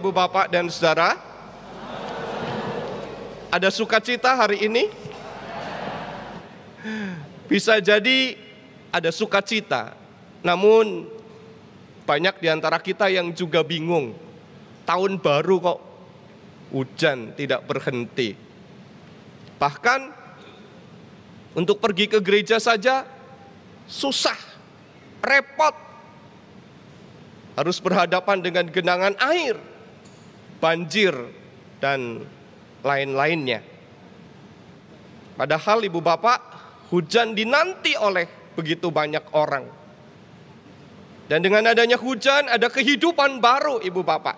Ibu Bapak dan Saudara. Ada sukacita hari ini? Bisa jadi ada sukacita, namun banyak di antara kita yang juga bingung. Tahun baru kok hujan tidak berhenti. Bahkan untuk pergi ke gereja saja susah, repot. Harus berhadapan dengan genangan air, banjir, dan lain-lainnya. Padahal Ibu Bapak, hujan dinanti oleh begitu banyak orang. Dan dengan adanya hujan ada kehidupan baru Ibu Bapak.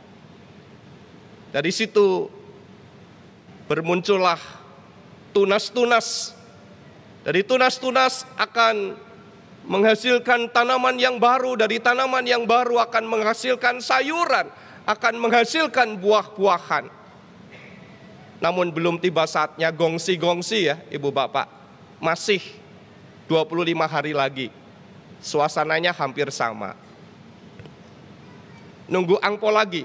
Dari situ bermuncullah tunas-tunas. Dari tunas-tunas akan menghasilkan tanaman yang baru, dari tanaman yang baru akan menghasilkan sayuran, akan menghasilkan buah-buahan. Namun belum tiba saatnya gongsi-gongsi ya Ibu Bapak. Masih 25 hari lagi. Suasananya hampir sama. Nunggu angpau lagi.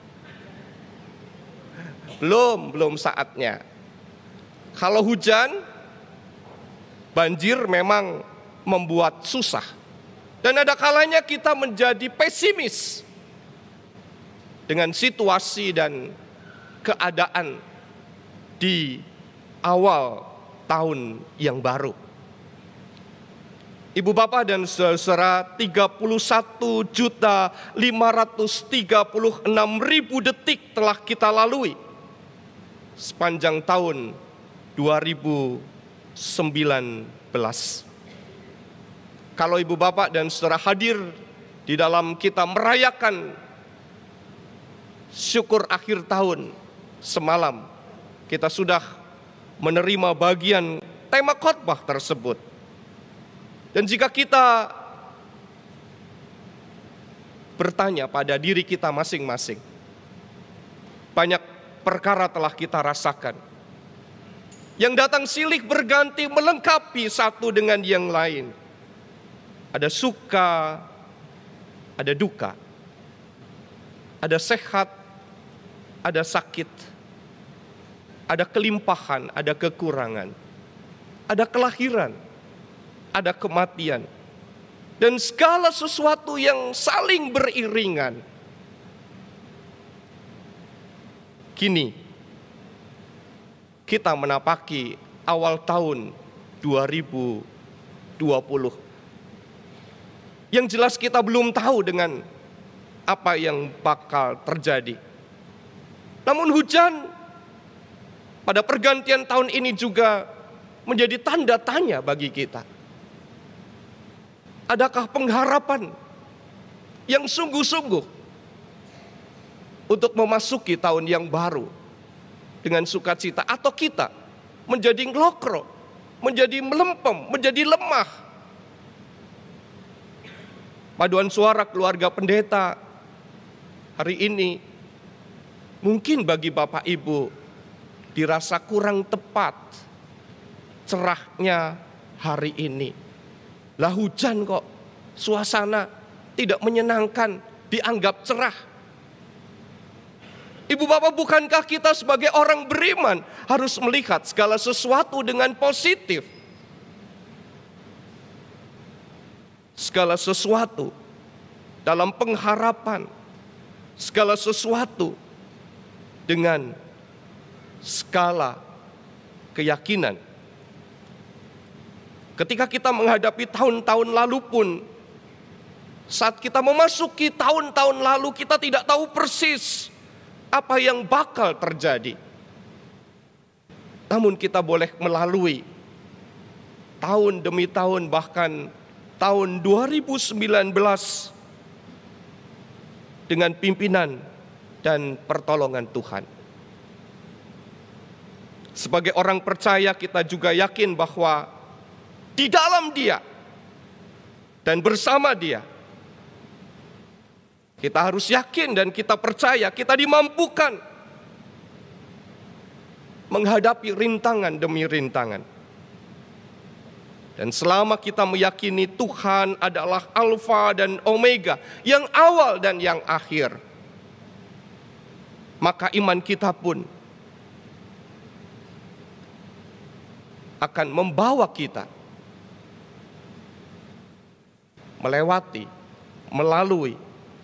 Belum saatnya. Kalau hujan, banjir memang membuat susah. Dan ada kalanya kita menjadi pesimis dengan situasi dan keadaan di awal tahun yang baru. Ibu Bapak dan Saudara, 31.536.000 detik telah kita lalui sepanjang tahun 2019. Kalau Ibu Bapak dan Saudara hadir di dalam kita merayakan syukur akhir tahun semalam, kita sudah menerima bagian tema khotbah tersebut. Dan jika kita bertanya pada diri kita masing-masing, banyak perkara telah kita rasakan. Yang datang silih berganti melengkapi satu dengan yang lain. Ada suka, ada duka, ada sehat, ada sakit, ada kelimpahan, ada kekurangan, ada kelahiran, ada kematian, dan segala sesuatu yang saling beriringan. Kini kita menapaki awal tahun 2020. Yang jelas kita belum tahu dengan apa yang bakal terjadi. Namun hujan pada pergantian tahun ini juga menjadi tanda tanya bagi kita. Adakah pengharapan yang sungguh-sungguh untuk memasuki tahun yang baru dengan sukacita, atau kita menjadi ngelokro, menjadi melempem, menjadi lemah? Paduan suara keluarga pendeta hari ini mungkin bagi Bapak Ibu dirasa kurang tepat cerahnya hari ini. Lah hujan kok, suasana tidak menyenangkan, dianggap cerah. Ibu Bapak, bukankah kita sebagai orang beriman harus melihat segala sesuatu dengan positif? Segala sesuatu dalam pengharapan, segala sesuatu dengan skala keyakinan. Ketika kita menghadapi tahun-tahun lalu pun, saat kita memasuki tahun-tahun lalu, kita tidak tahu persis apa yang bakal terjadi. Namun kita boleh melalui tahun demi tahun, bahkan tahun 2019 dengan pimpinan dan pertolongan Tuhan. Sebagai orang percaya, kita juga yakin bahwa di dalam Dia dan bersama Dia, kita harus yakin dan kita percaya kita dimampukan menghadapi rintangan demi rintangan. Dan selama kita meyakini Tuhan adalah Alfa dan Omega, yang awal dan yang akhir, maka iman kita pun akan membawa kita melewati, melalui,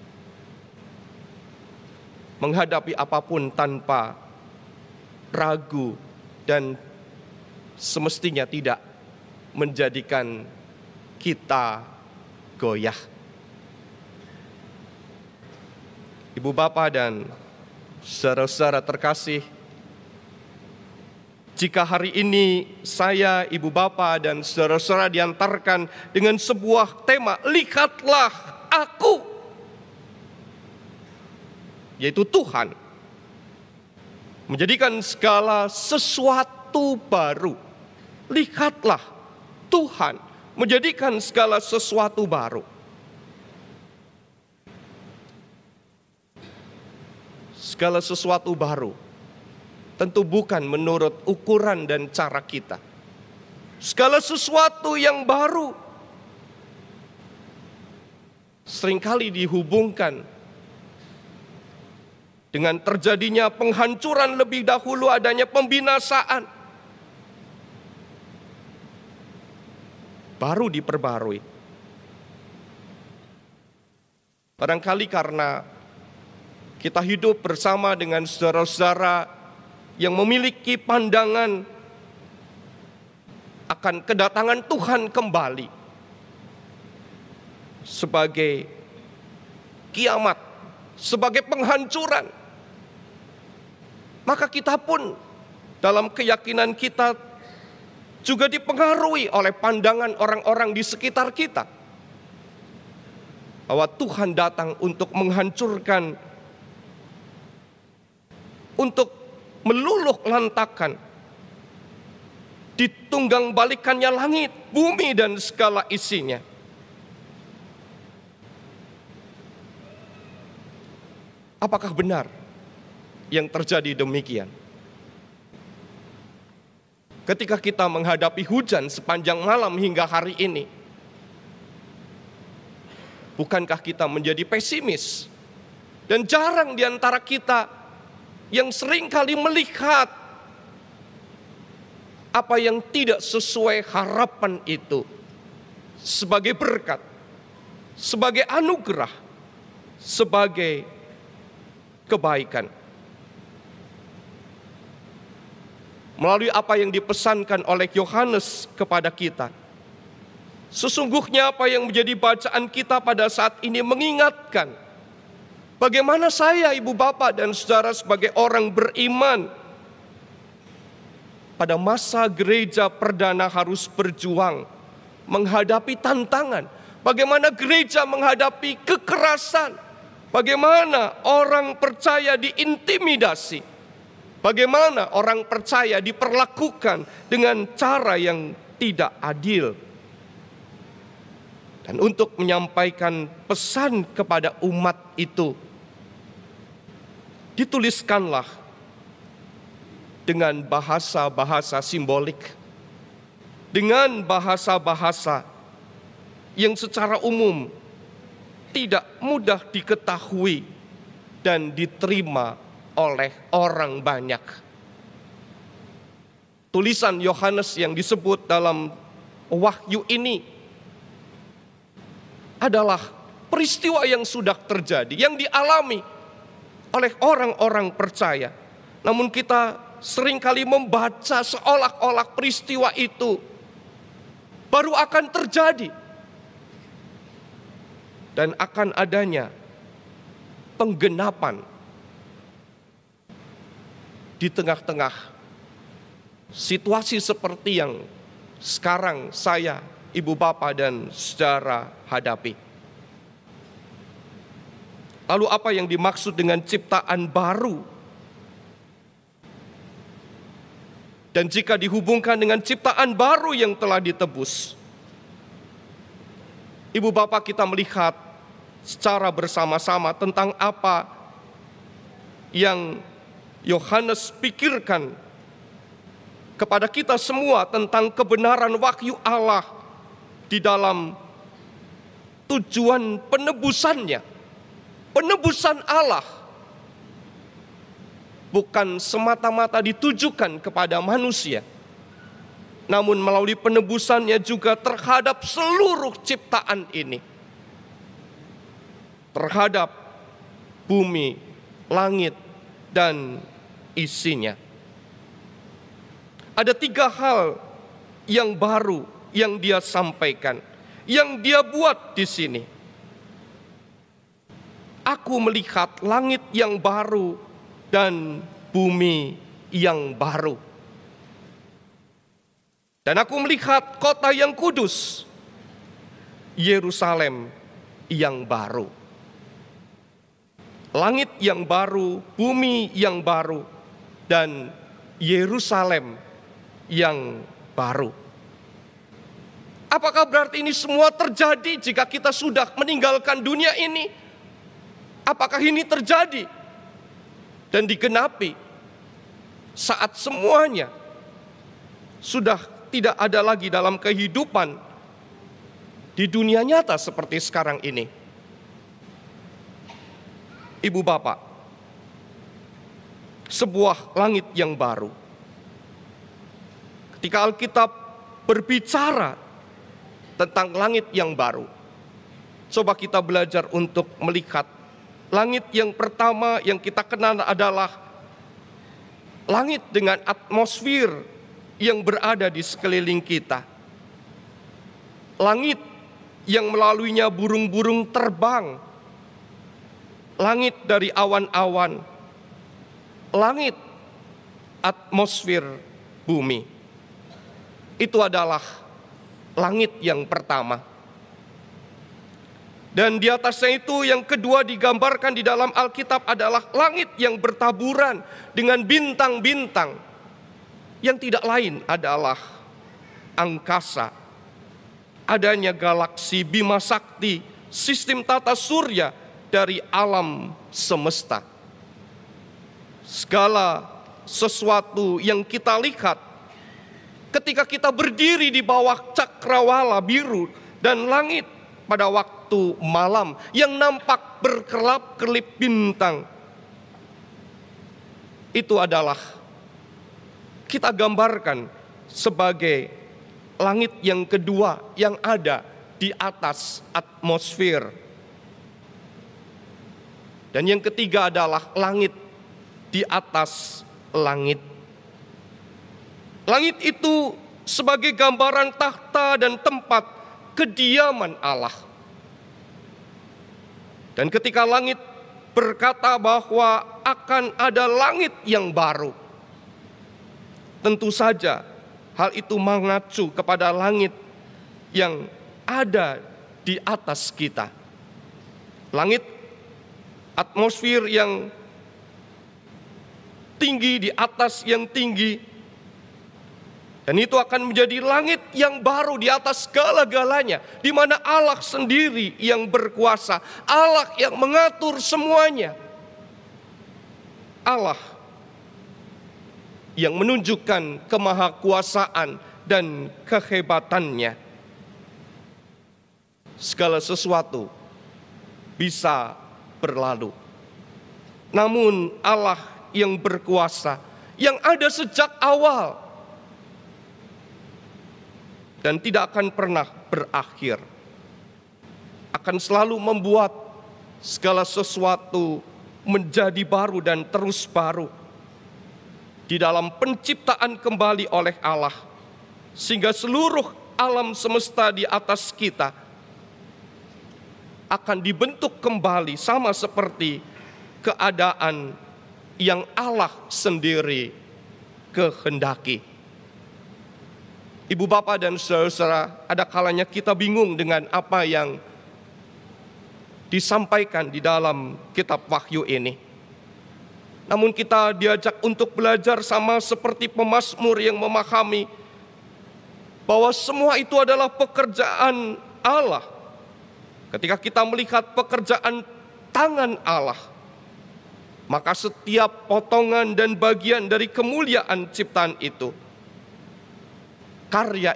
menghadapi apapun tanpa ragu dan semestinya tidak menjadikan kita goyah. Ibu bapak dan saudara-saudara terkasih, jika hari ini saya, ibu bapak dan saudara-saudara diantarkan dengan sebuah tema, lihatlah aku, yaitu Tuhan menjadikan segala sesuatu baru. Lihatlah Tuhan menjadikan segala sesuatu baru. Segala sesuatu baru tentu bukan menurut ukuran dan cara kita. Segala sesuatu yang baru seringkali dihubungkan dengan terjadinya penghancuran lebih dahulu, adanya pembinasaan. Baru diperbarui. Barangkali karena kita hidup bersama dengan saudara-saudara yang memiliki pandangan akan kedatangan Tuhan kembali sebagai kiamat, sebagai penghancuran. Maka kita pun dalam keyakinan kita juga dipengaruhi oleh pandangan orang-orang di sekitar kita, bahwa Tuhan datang untuk menghancurkan, untuk meluluh lantakan, ditunggang balikannya langit, bumi dan segala isinya. Apakah benar yang terjadi demikian? Ketika kita menghadapi hujan sepanjang malam hingga hari ini, bukankah kita menjadi pesimis? Dan jarang di antara kita yang seringkali melihat apa yang tidak sesuai harapan itu sebagai berkat, sebagai anugerah, sebagai kebaikan. Melalui apa yang dipesankan oleh Yohanes kepada kita, sesungguhnya apa yang menjadi bacaan kita pada saat ini mengingatkan bagaimana saya, ibu bapak dan saudara sebagai orang beriman pada masa gereja perdana harus berjuang menghadapi tantangan. Bagaimana gereja menghadapi kekerasan, bagaimana orang percaya diintimidasi, bagaimana orang percaya diperlakukan dengan cara yang tidak adil. Dan untuk menyampaikan pesan kepada umat itu, dituliskanlah dengan bahasa-bahasa simbolik, dengan bahasa-bahasa yang secara umum tidak mudah diketahui dan diterima oleh orang banyak. Tulisan Yohanes yang disebut dalam Wahyu ini adalah peristiwa yang sudah terjadi, yang dialami oleh orang-orang percaya. Namun kita seringkali membaca seolah-olah peristiwa itu baru akan terjadi. Dan akan adanya penggenapan di tengah-tengah situasi seperti yang sekarang saya, ibu bapak dan saudara hadapi. Lalu apa yang dimaksud dengan ciptaan baru? Dan jika dihubungkan dengan ciptaan baru yang telah ditebus, ibu bapak kita melihat secara bersama-sama tentang apa yang Yohanes pikirkan kepada kita semua tentang kebenaran wahyu Allah di dalam tujuan penebusannya. Penebusan Allah bukan semata-mata ditujukan kepada manusia, namun melalui penebusannya juga terhadap seluruh ciptaan ini, terhadap bumi, langit, dan isinya. Ada 3 hal yang baru yang dia sampaikan, yang dia buat di sini. Aku melihat langit yang baru dan bumi yang baru. Dan aku melihat kota yang kudus, Yerusalem yang baru. Langit yang baru, bumi yang baru, dan Yerusalem yang baru. Apakah berarti ini semua terjadi jika kita sudah meninggalkan dunia ini? Apakah ini terjadi dan digenapi saat semuanya sudah tidak ada lagi dalam kehidupan di dunia nyata seperti sekarang ini? Ibu bapak, sebuah langit yang baru. Ketika Alkitab berbicara tentang langit yang baru, coba kita belajar untuk melihat langit yang pertama yang kita kenal adalah langit dengan atmosfer yang berada di sekeliling kita. Langit yang melaluinya burung-burung terbang. Langit dari awan-awan. Langit atmosfer bumi. Itu adalah langit yang pertama. Dan di atasnya itu yang kedua digambarkan di dalam Alkitab adalah langit yang bertaburan dengan bintang-bintang, yang tidak lain adalah angkasa. Adanya galaksi, bima sakti, sistem tata surya dari alam semesta. Segala sesuatu yang kita lihat ketika kita berdiri di bawah cakrawala biru dan langit pada waktu malam yang nampak berkelap-kelip bintang, itu adalah kita gambarkan sebagai langit yang kedua yang ada di atas atmosfer. Dan yang ketiga adalah langit di atas langit. Langit itu sebagai gambaran takhta dan tempat kediaman Allah. Dan ketika langit berkata bahwa akan ada langit yang baru, tentu saja hal itu mengacu kepada langit yang ada di atas kita. Langit atmosfer yang tinggi di atas yang tinggi, dan itu akan menjadi langit yang baru di atas segala-galanya, di mana Allah sendiri yang berkuasa, Allah yang mengatur semuanya, Allah yang menunjukkan kemahakuasaan dan kehebatannya. Segala sesuatu bisa berlalu, namun Allah yang berkuasa, yang ada sejak awal dan tidak akan pernah berakhir, akan selalu membuat segala sesuatu menjadi baru dan terus baru di dalam penciptaan kembali oleh Allah, sehingga seluruh alam semesta di atas kita akan dibentuk kembali sama seperti keadaan yang Allah sendiri kehendaki. Ibu bapak dan saudara-saudara, ada kalanya kita bingung dengan apa yang disampaikan di dalam kitab Wahyu ini. Namun kita diajak untuk belajar sama seperti pemazmur yang memahami bahwa semua itu adalah pekerjaan Allah. Ketika kita melihat pekerjaan tangan Allah, maka setiap potongan dan bagian dari kemuliaan ciptaan itu, karya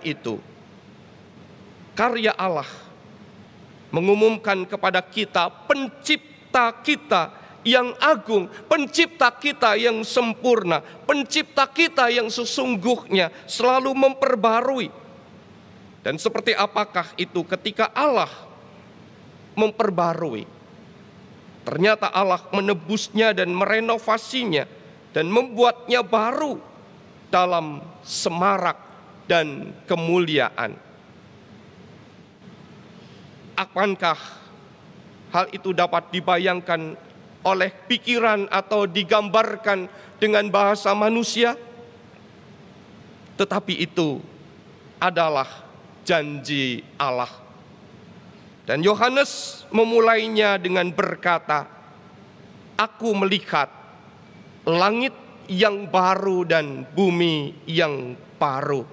Allah mengumumkan kepada kita, pencipta kita yang agung, pencipta kita yang sempurna, pencipta kita yang sesungguhnya selalu memperbarui. Dan seperti apakah itu ketika Allah memperbarui? Ternyata Allah menebusnya dan merenovasinya dan membuatnya baru dalam semarak dan kemuliaan. Akankah hal itu dapat dibayangkan oleh pikiran atau digambarkan dengan bahasa manusia? Tetapi itu adalah janji Allah. Dan Yohanes memulainya dengan berkata, "Aku melihat langit yang baru dan bumi yang baru."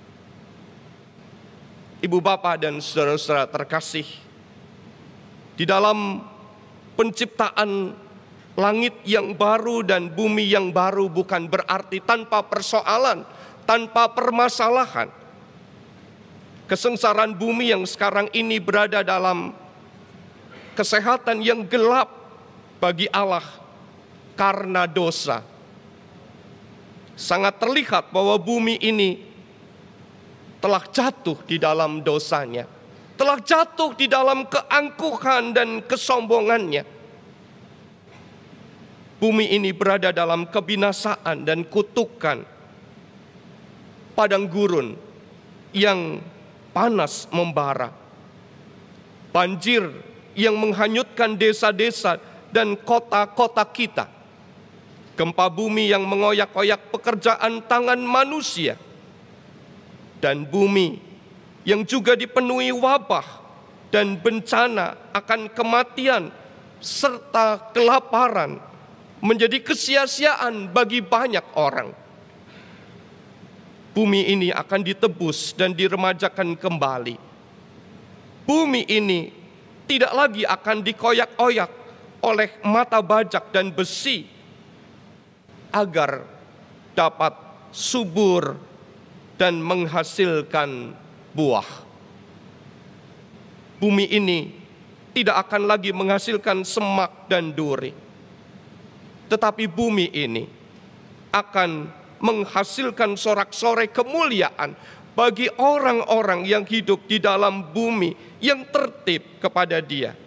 Ibu bapak dan saudara-saudara terkasih, di dalam penciptaan langit yang baru dan bumi yang baru bukan berarti tanpa persoalan, tanpa permasalahan. Kesengsaraan bumi yang sekarang ini berada dalam kesehatan yang gelap bagi Allah karena dosa. Sangat terlihat bahwa bumi ini telah jatuh di dalam dosanya, telah jatuh di dalam keangkuhan dan kesombongannya. Bumi ini berada dalam kebinasaan dan kutukan. Padang gurun yang panas membara, banjir yang menghanyutkan desa-desa dan kota-kota kita, gempa bumi yang mengoyak-oyak pekerjaan tangan manusia, dan bumi yang juga dipenuhi wabah dan bencana akan kematian serta kelaparan menjadi kesia-siaan bagi banyak orang. Bumi ini akan ditebus dan diremajakan kembali. Bumi ini tidak lagi akan dikoyak-oyak oleh mata bajak dan besi agar dapat subur dan menghasilkan buah. Bumi ini tidak akan lagi menghasilkan semak dan duri, tetapi bumi ini akan menghasilkan sorak-sorai kemuliaan bagi orang-orang yang hidup di dalam bumi yang tertib kepada Dia.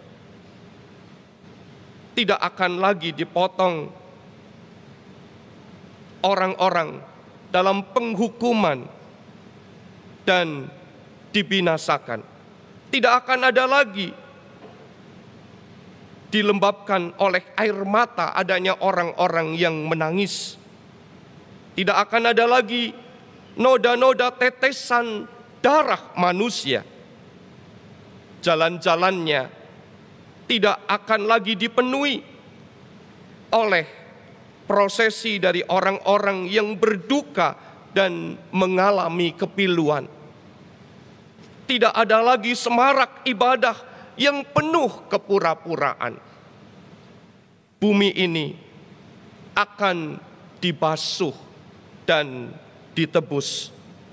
Tidak akan lagi dipotong orang-orang dalam penghukuman dan dibinasakan. Tidak akan ada lagi dilembabkan oleh air mata adanya orang-orang yang menangis. Tidak akan ada lagi noda-noda tetesan darah manusia. Jalan-jalannya tidak akan lagi dipenuhi oleh prosesi dari orang-orang yang berduka dan mengalami kepiluan. Tidak ada lagi semarak ibadah yang penuh kepura-puraan. Bumi ini akan dibasuh dan ditebus.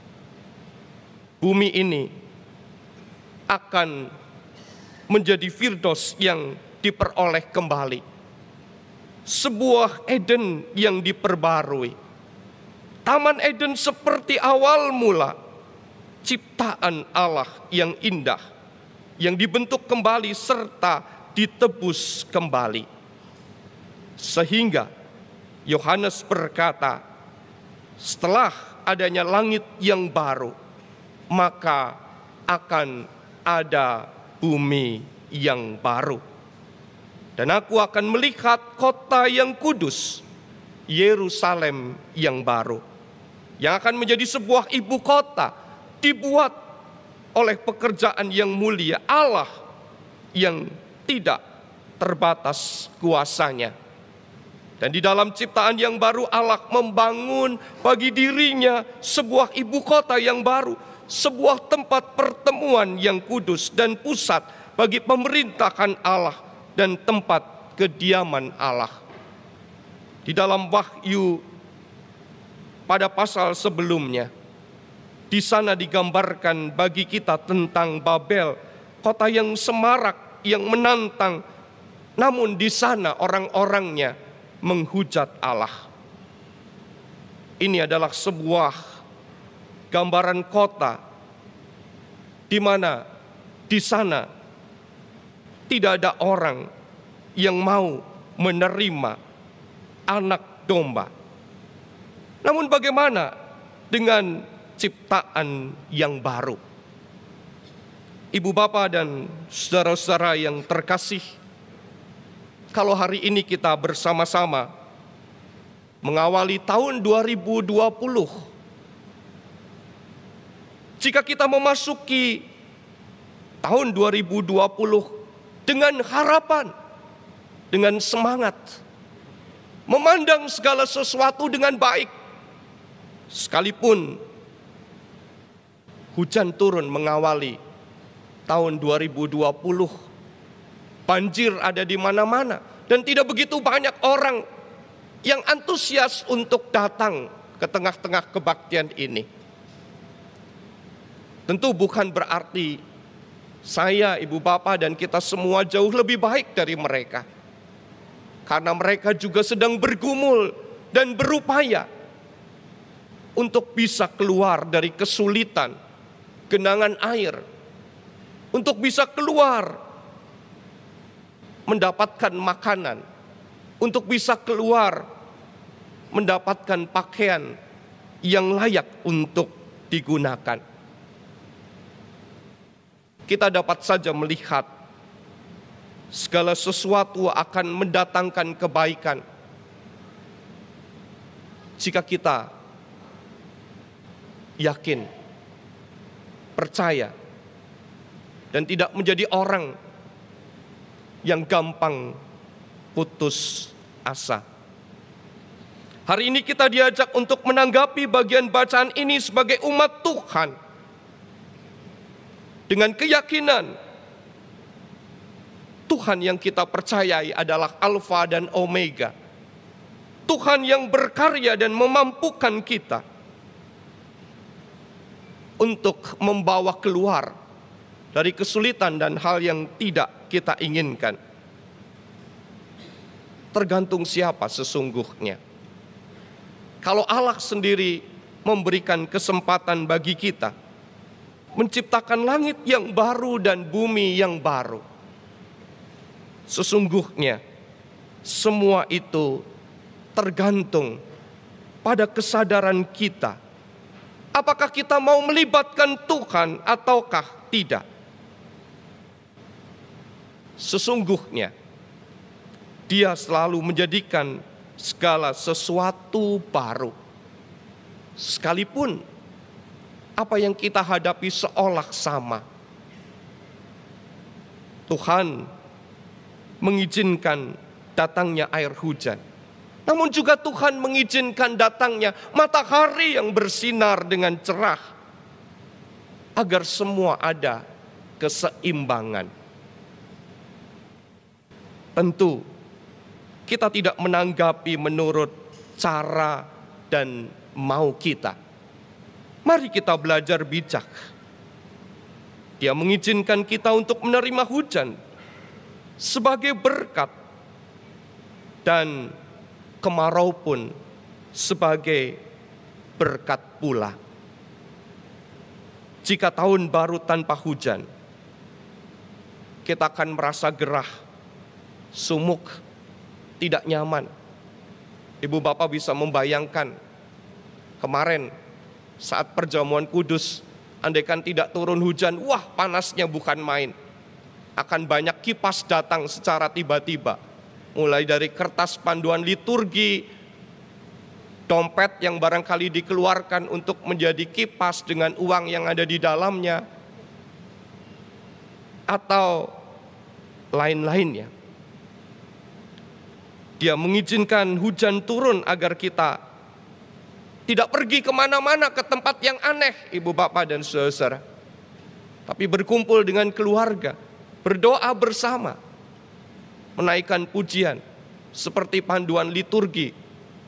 Bumi ini akan menjadi Firdaus yang diperoleh kembali. Sebuah Eden yang diperbarui. Taman Eden seperti awal mula. Ciptaan Allah yang indah, yang dibentuk kembali serta ditebus kembali. Sehingga Yohanes berkata, setelah adanya langit yang baru, maka akan ada bumi yang baru. Dan aku akan melihat kota yang kudus, Yerusalem yang baru, yang akan menjadi sebuah ibu kota, dibuat oleh pekerjaan yang mulia Allah yang tidak terbatas kuasanya. Dan di dalam ciptaan yang baru Allah membangun bagi dirinya sebuah ibu kota yang baru, sebuah tempat pertemuan yang kudus dan pusat bagi pemerintahan Allah dan tempat kediaman Allah. Di dalam Wahyu pada pasal sebelumnya, di sana digambarkan bagi kita tentang Babel, kota yang semarak, yang menantang, namun di sana orang-orangnya menghujat Allah. Ini adalah sebuah gambaran kota di mana di sana tidak ada orang yang mau menerima anak domba. Namun bagaimana dengan ciptaan yang baru? Ibu bapa dan saudara-saudara yang terkasih, kalau hari ini kita bersama-sama mengawali tahun 2020, jika kita memasuki tahun 2020 dengan harapan, dengan semangat, memandang segala sesuatu dengan baik, sekalipun hujan turun mengawali tahun 2020, banjir ada di mana-mana, dan tidak begitu banyak orang yang antusias untuk datang ke tengah-tengah kebaktian ini. Tentu bukan berarti saya, ibu bapak, dan kita semua jauh lebih baik dari mereka. Karena mereka juga sedang bergumul dan berupaya untuk bisa keluar dari kesulitan, genangan air, untuk bisa keluar mendapatkan makanan, untuk bisa keluar mendapatkan pakaian yang layak untuk digunakan. Kita dapat saja melihat segala sesuatu akan mendatangkan kebaikan jika kita yakin, percaya, dan tidak menjadi orang yang gampang putus asa. Hari ini kita diajak untuk menanggapi bagian bacaan ini sebagai umat Tuhan dengan keyakinan Tuhan yang kita percayai adalah Alfa dan Omega. Tuhan yang berkarya dan memampukan kita untuk membawa keluar dari kesulitan dan hal yang tidak kita inginkan. Tergantung siapa sesungguhnya. Kalau Allah sendiri memberikan kesempatan bagi kita menciptakan langit yang baru dan bumi yang baru, sesungguhnya semua itu tergantung pada kesadaran kita. Apakah kita mau melibatkan Tuhan ataukah tidak? Sesungguhnya Dia selalu menjadikan segala sesuatu baru. Sekalipun apa yang kita hadapi seolah sama, Tuhan mengizinkan datangnya air hujan. Namun juga Tuhan mengizinkan datangnya matahari yang bersinar dengan cerah, agar semua ada keseimbangan. Tentu kita tidak menanggapi menurut cara dan mau kita. Mari kita belajar bijak. Dia mengizinkan kita untuk menerima hujan sebagai berkat, dan kemarau pun sebagai berkat pula. Jika tahun baru tanpa hujan, kita akan merasa gerah, sumuk, tidak nyaman. Ibu bapak bisa membayangkan kemarin saat perjamuan kudus, andaikan tidak turun hujan, wah panasnya bukan main. Akan banyak kipas datang secara tiba-tiba. Mulai dari kertas panduan liturgi, dompet yang barangkali dikeluarkan untuk menjadi kipas dengan uang yang ada di dalamnya, atau lain-lainnya. Dia mengizinkan hujan turun agar kita tidak pergi kemana-mana ke tempat yang aneh, ibu bapak dan saudara, tapi berkumpul dengan keluarga, berdoa bersama, menaikkan pujian seperti panduan liturgi.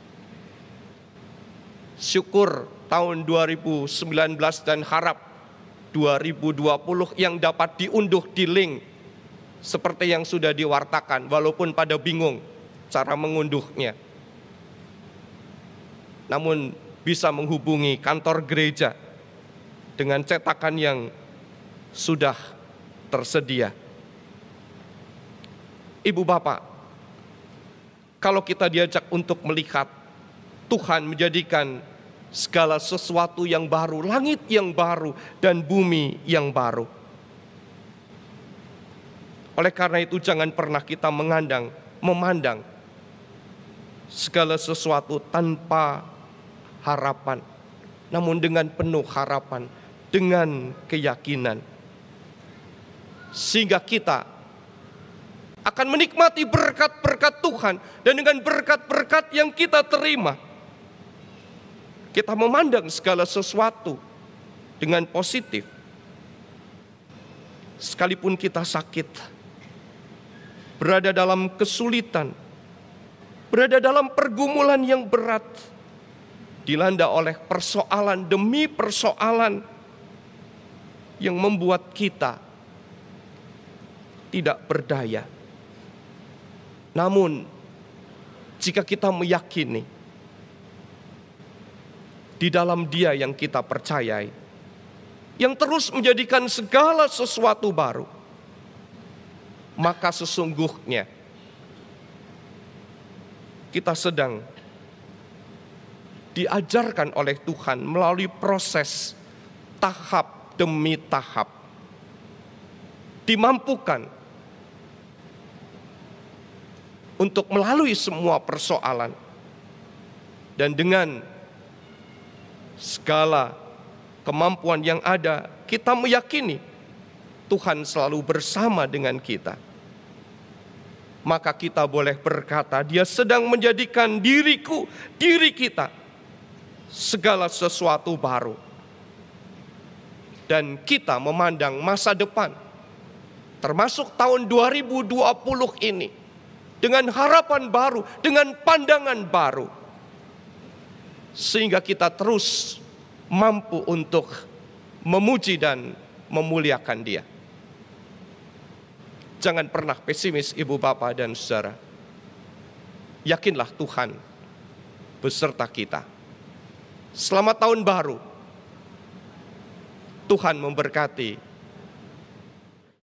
Syukur tahun 2019 dan harap 2020 yang dapat diunduh di link seperti yang sudah diwartakan, walaupun pada bingung cara mengunduhnya. Namun bisa menghubungi kantor gereja dengan cetakan yang sudah tersedia. Ibu bapak, kalau kita diajak untuk melihat Tuhan menjadikan segala sesuatu yang baru, langit yang baru dan bumi yang baru. Oleh karena itu jangan pernah kita memandang segala sesuatu tanpa harapan, namun dengan penuh harapan, dengan keyakinan. Sehingga kita akan menikmati berkat-berkat Tuhan, dan dengan berkat-berkat yang kita terima, kita memandang segala sesuatu dengan positif. Sekalipun kita sakit, berada dalam kesulitan, berada dalam pergumulan yang berat, dilanda oleh persoalan demi persoalan yang membuat kita tidak berdaya. Namun, jika kita meyakini di dalam Dia yang kita percayai, yang terus menjadikan segala sesuatu baru, maka sesungguhnya kita sedang diajarkan oleh Tuhan melalui proses tahap demi tahap, dimampukan untuk melalui semua persoalan, dan dengan segala kemampuan yang ada, kita meyakini Tuhan selalu bersama dengan kita. Maka kita boleh berkata, Dia sedang menjadikan diri kita, segala sesuatu baru. Dan kita memandang masa depan, termasuk tahun 2020 ini, dengan harapan baru, dengan pandangan baru. Sehingga kita terus mampu untuk memuji dan memuliakan Dia. Jangan pernah pesimis ibu bapak dan saudara. Yakinlah Tuhan beserta kita. Selamat tahun baru. Tuhan memberkati